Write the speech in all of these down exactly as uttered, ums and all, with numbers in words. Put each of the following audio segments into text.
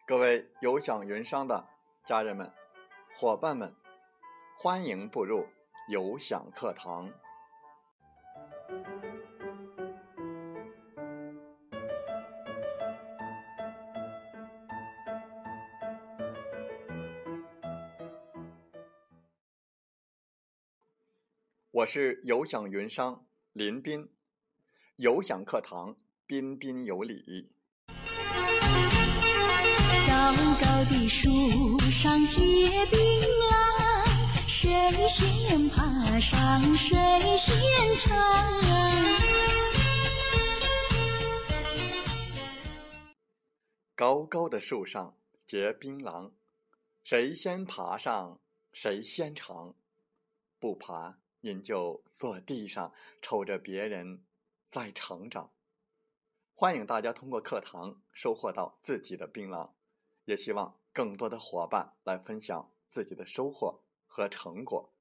各位有享云商的家人们、伙伴们，欢迎步入有享课堂。我是有享云商林斌，有享课堂彬彬有礼。 高高的树上结槟榔，谁先爬上谁先尝。 高高的树上结槟榔，谁先爬上谁先尝。不爬，您就坐地上瞅着别人在成长。欢迎大家通过课堂收获到自己的槟榔，也希望更多的伙伴来分享自己的收获和成果。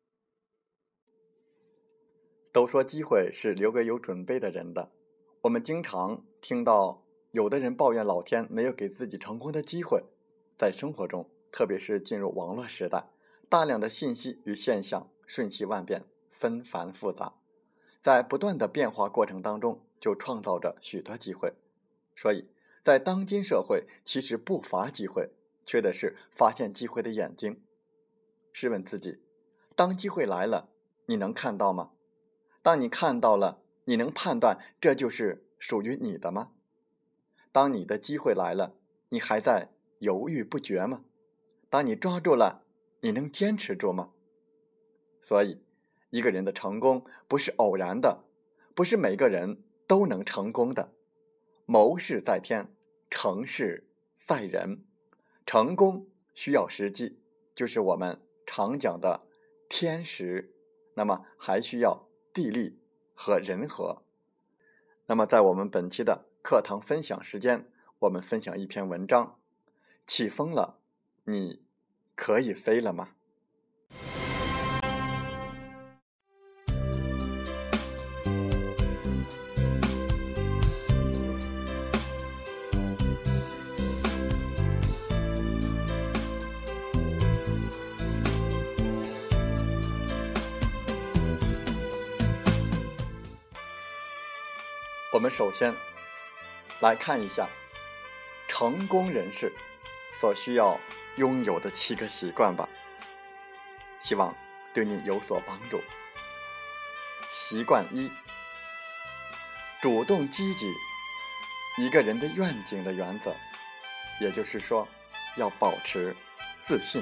都说机会是留给有准备的人的，我们经常听到有的人抱怨老天没有给自己成功的机会。在生活中，特别是进入网络时代，大量的信息与现象瞬息万变，纷繁复杂，在不断的变化过程当中，就创造着许多机会。所以在当今社会，其实不乏机会，缺的是发现机会的眼睛。试问自己，当机会来了，你能看到吗？当你看到了，你能判断这就是属于你的吗？当你的机会来了，你还在犹豫不决吗？当你抓住了，你能坚持住吗？所以一个人的成功不是偶然的，不是每个人都能成功的。谋事在天，成事在人。成功需要时机，就是我们常讲的天时，那么还需要地利和人和。那么在我们本期的课堂分享时间，我们分享一篇文章：起风了，你可以飞了吗？我们首先来看一下成功人士所需要拥有的七个习惯吧，希望对你有所帮助。习惯一，主动积极。一个人的愿景的原则，也就是说，要保持自信。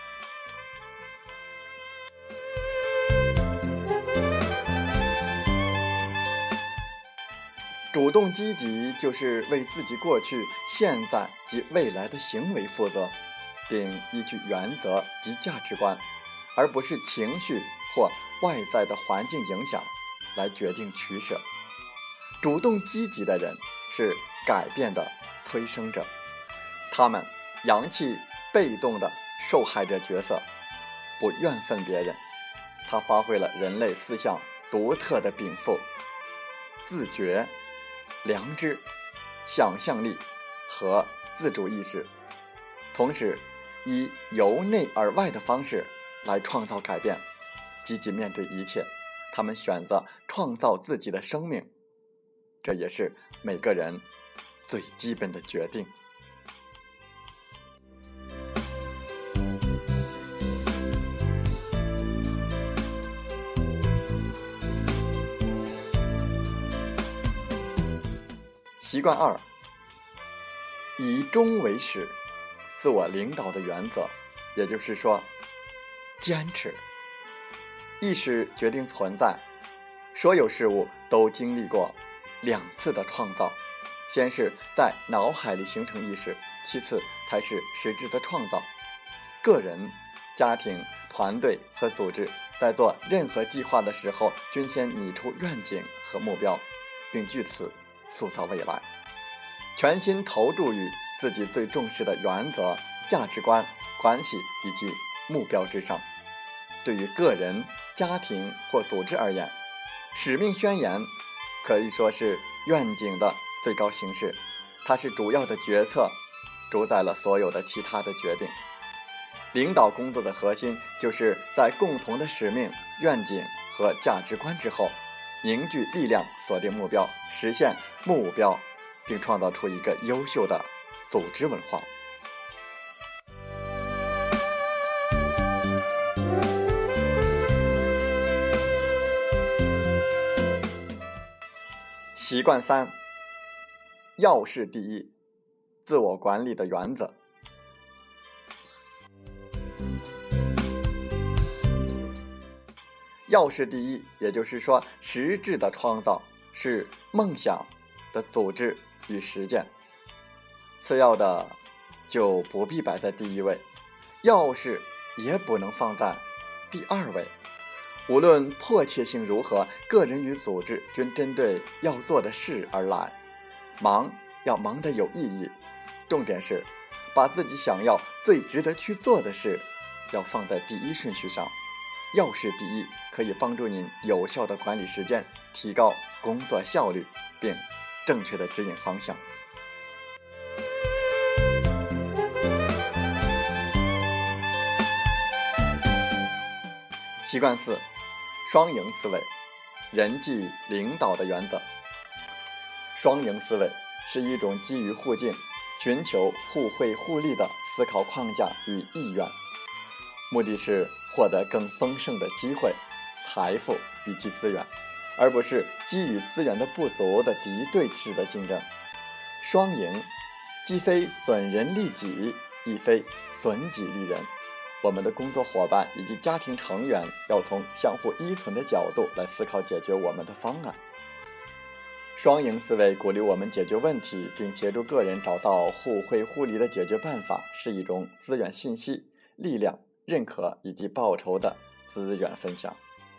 主动积极就是为自己过去、现在及未来的行为负责，并依据原则及价值观，而不是情绪或外在的环境影响来决定取舍。主动积极的人是改变的催生者，他们扬弃被动的受害者角色，不怨愤别人。他发挥了人类四项独特的禀赋：自觉、良知、想象力和自主意识，同时以由内而外的方式来创造改变，积极面对一切。他们选择创造自己的生命，这也是每个人最基本的决定。习惯二，以终为始。自我领导的原则，也就是说，坚持。意识决定存在，所有事物都经历过两次的创造，先是在脑海里形成意识，其次才是实质的创造。个人、家庭、团队和组织在做任何计划的时候，均先拟出愿景和目标，并据此塑造未来，全心投注于自己最重视的原则、价值观、关系以及目标之上。对于个人、家庭或组织而言，使命宣言可以说是愿景的最高形式，它是主要的决策， 主宰了所有的其他的决定。领导工作的核心就是在共同的使命、愿景和价值观之后，凝聚力量，锁定目标，实现目标，并创造出一个优秀的组织文化。习惯三，要事第一，自我管理的原则。要事第一，也就是说，实质的创造是梦想的组织与实践，次要的就不必摆在第一位，要事也不能放在第二位。无论迫切性如何，个人与组织均针对要做的事而来，忙要忙得有意义，重点是把自己想要最值得去做的事要放在第一顺序上。要事第一可以帮助您有效地管理时间，提高工作效率，并正确地指引方向。习惯四，双赢思维，人际领导的原则。双赢思维是一种基于互敬、寻求互惠互利的思考框架与意愿，目的是获得更丰盛的机会、财富以及资源，而不是基于资源的不足的敌对式的竞争。双赢既非损人利己，亦非损己利人。我们的工作伙伴以及家庭成员要从相互依存的角度来思考解决我们的方案。双赢思维鼓励我们解决问题，并协助个人找到互惠互利的解决办法，是一种资源信息、力量、认可以及报酬的资源分享。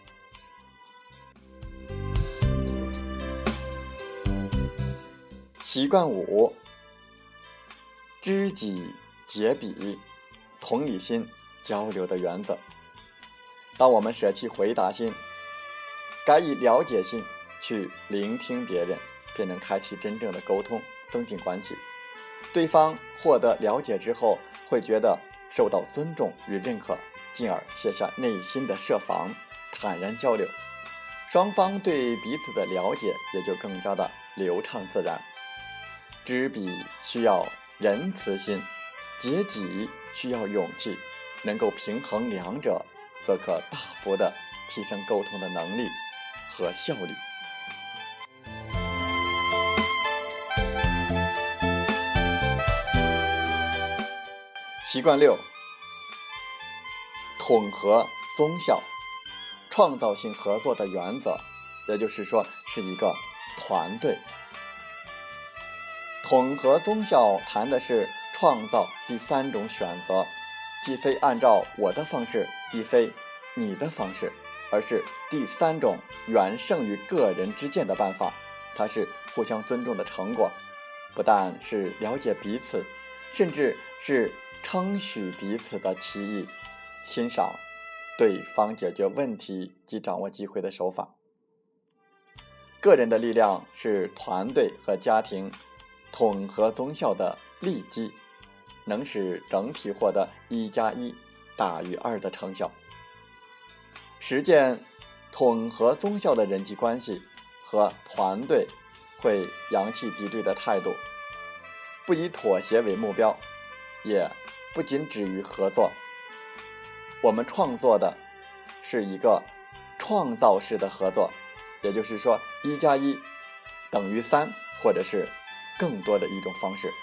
习惯五，知己解彼，同理心交流的原则。当我们舍弃回答心，改以了解心去聆听别人，便能开启真正的沟通，增进关系。对方获得了解之后，会觉得受到尊重与认可，进而卸下内心的设防，坦然交流，双方对彼此的了解也就更加的流畅自然。知彼需要仁慈心，解己需要勇气，能够平衡两者，则可大幅的提升沟通的能力和效率。习惯六，统合综效，创造性合作的原则，也就是说是一个团队。统合综效谈的是创造第三种选择，既非按照我的方式，亦非你的方式，而是第三种远胜于个人之见的办法。它是互相尊重的成果，不但是了解彼此，甚至是称许彼此的歧义，欣赏对方解决问题及掌握机会的手法。个人的力量是团队和家庭统合综效的利基，能使整体获得一加一大于二的成效。实践统合综效的人际关系和团队会扬弃敌对的态度，不以妥协为目标，也不仅止于合作。我们创作的是一个创造式的合作，也就是说一加一等于三，或者是更多的一种方式。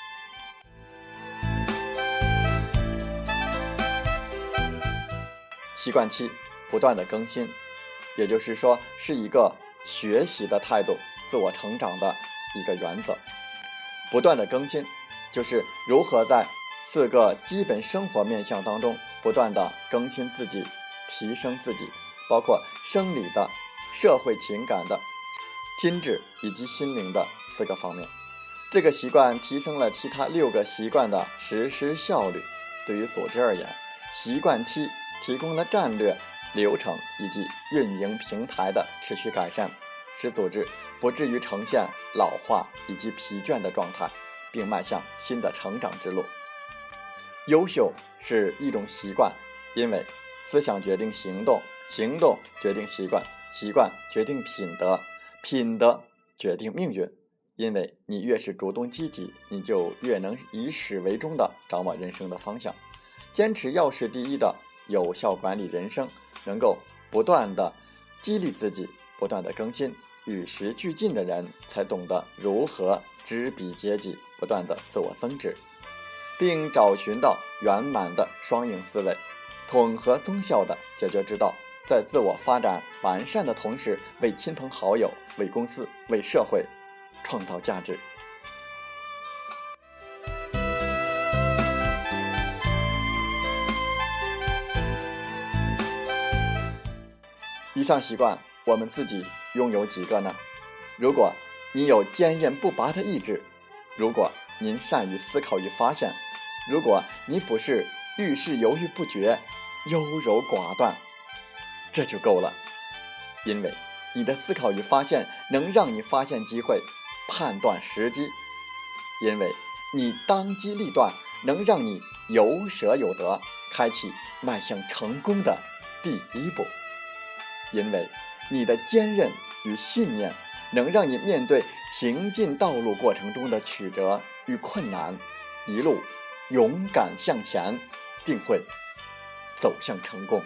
习惯七，不断的更新，也就是说是一个学习的态度，自我成长的一个原则。不断的更新就是如何在四个基本生活面向当中不断的更新自己，提升自己，包括生理的、社会情感的、心智以及心灵的四个方面。这个习惯提升了其他六个习惯的实施效率。对于组织而言，习惯期提供了战略、流程以及运营平台的持续改善，使组织不至于呈现老化以及疲倦的状态。 并迈向新的成长之路。优秀是一种习惯，因为思想决定行动，行动决定习惯，习惯决定品德，品德决定命运。因为你越是主动积极，你就越能以始为终地掌握人生的方向。坚持要事第一的有效管理人生，能够不断地激励自己，不断地更新，与时俱进的人才懂得如何知彼知己，不断地自我增值，并找寻到圆满的双赢思维，统合综效的解决之道，在自我发展完善的同时，为亲朋好友、为公司、为社会创造价值。以上习惯我们自己拥有几个呢？如果你有坚韧不拔的意志，如果您善于思考与发现，如果你不是遇事犹豫不决、优柔寡断，这就够了。因为你的思考与发现能让你发现机会，判断时机；因为你当机立断能让你有舍有得，开启迈向成功的第一步；因为你的坚韧与信念能让你面对行进道路过程中的曲折与困难，一路勇敢向前，定会走向成功。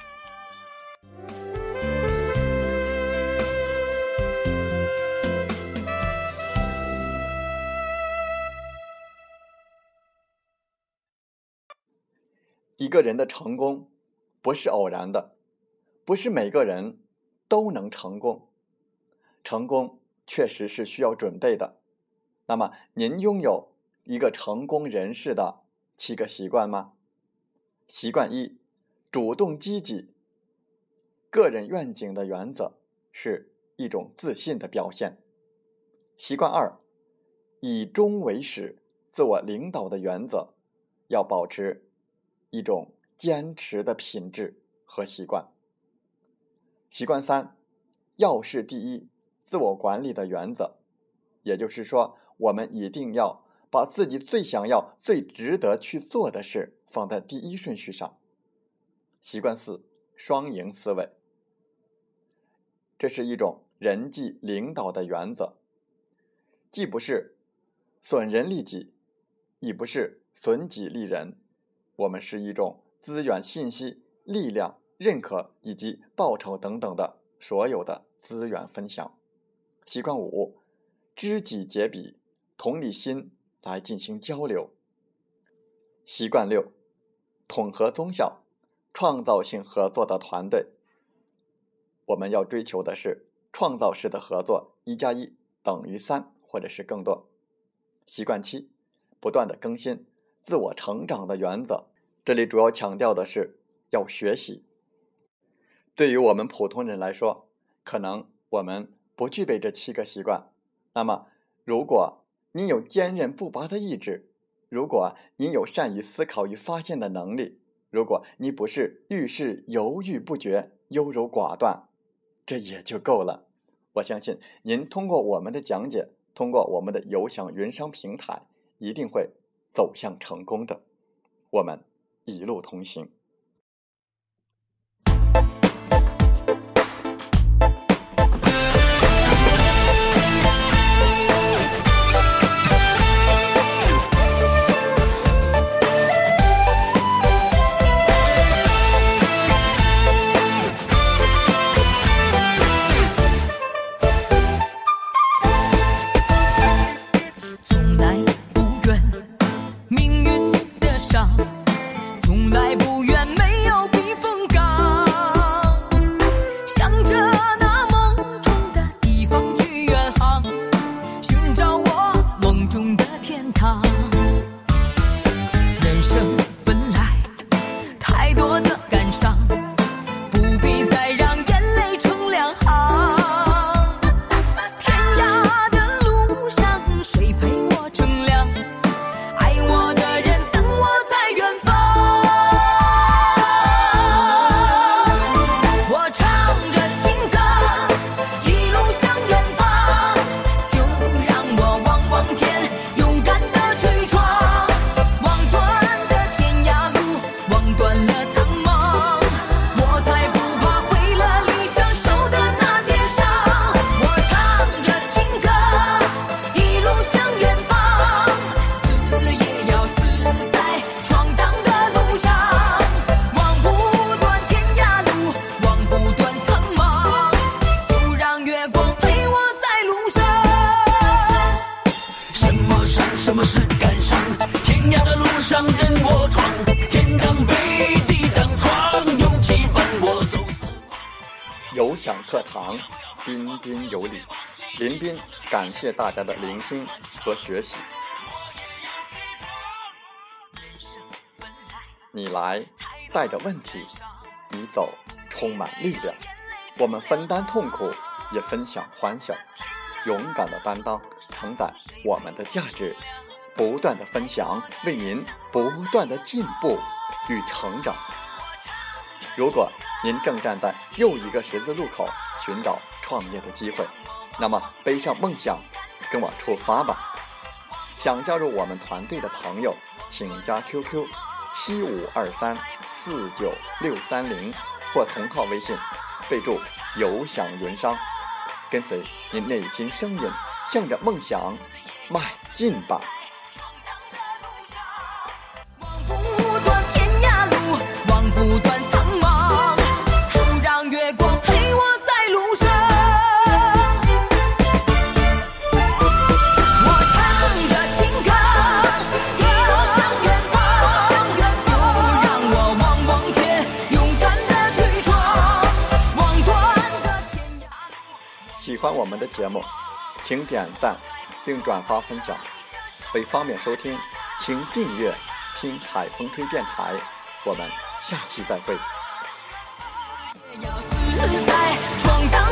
一个人的成功不是偶然的，不是每个人都能成功。成功确实是需要准备的。那么您拥有一个成功人士的七个习惯吗？习惯一，主动积极。个人愿景的原则是一种自信的表现。习惯二，以终为始。自我领导的原则要保持一种坚持的品质和习惯。习惯三，要事第一。自我管理的原则，也就是说，我们一定要把自己最想要、最值得去做的事放在第一顺序上。习惯四，双赢思维。这是一种人际领导的原则，既不是损人利己，亦不是损己利人，我们是一种资源、信息、力量、认可以及报酬等等的所有的资源分享。习惯五，知己解彼，同理心来进行交流。习惯六，统合综效，创造性合作的团队。我们要追求的是创造式的合作，一加一等于三，或者是更多。习惯七，不断的更新，自我成长的原则。这里主要强调的是要学习。对于我们普通人来说，可能我们不具备这七个习惯。那么如果你有坚韧不拔的意志，如果你有善于思考与发现的能力，如果你不是遇事犹豫不决、优柔寡断，这也就够了。我相信您通过我们的讲解，通过我们的有享云商平台，一定会走向成功的。我们一路同行。 从来不怨享课堂，彬彬有礼。林彬感谢大家的聆听和学习。你来带着问题，你走充满力量。我们分担痛苦，也分享欢笑。勇敢的担当，承载我们的价值。不断的分享，为您不断的进步与成长。如果您正站在又一个十字路口，寻找创业的机会，那么背上梦想，跟我出发吧。想加入我们团队的朋友，请加 Q Q 七五二三四九六三零或同号微信，备注有享云商，跟随您内心声音，向着梦想迈进吧。 不断天涯路，望不断苍茫，就让月光陪我在路上。我唱着情歌，一路向远方，就让我望望天，勇敢的去闯，望断的天涯路。 喜欢我们的节目，请点赞并转发分享。为方便收听，请订阅听海风吹电台。我们下期再会。 要自在闯荡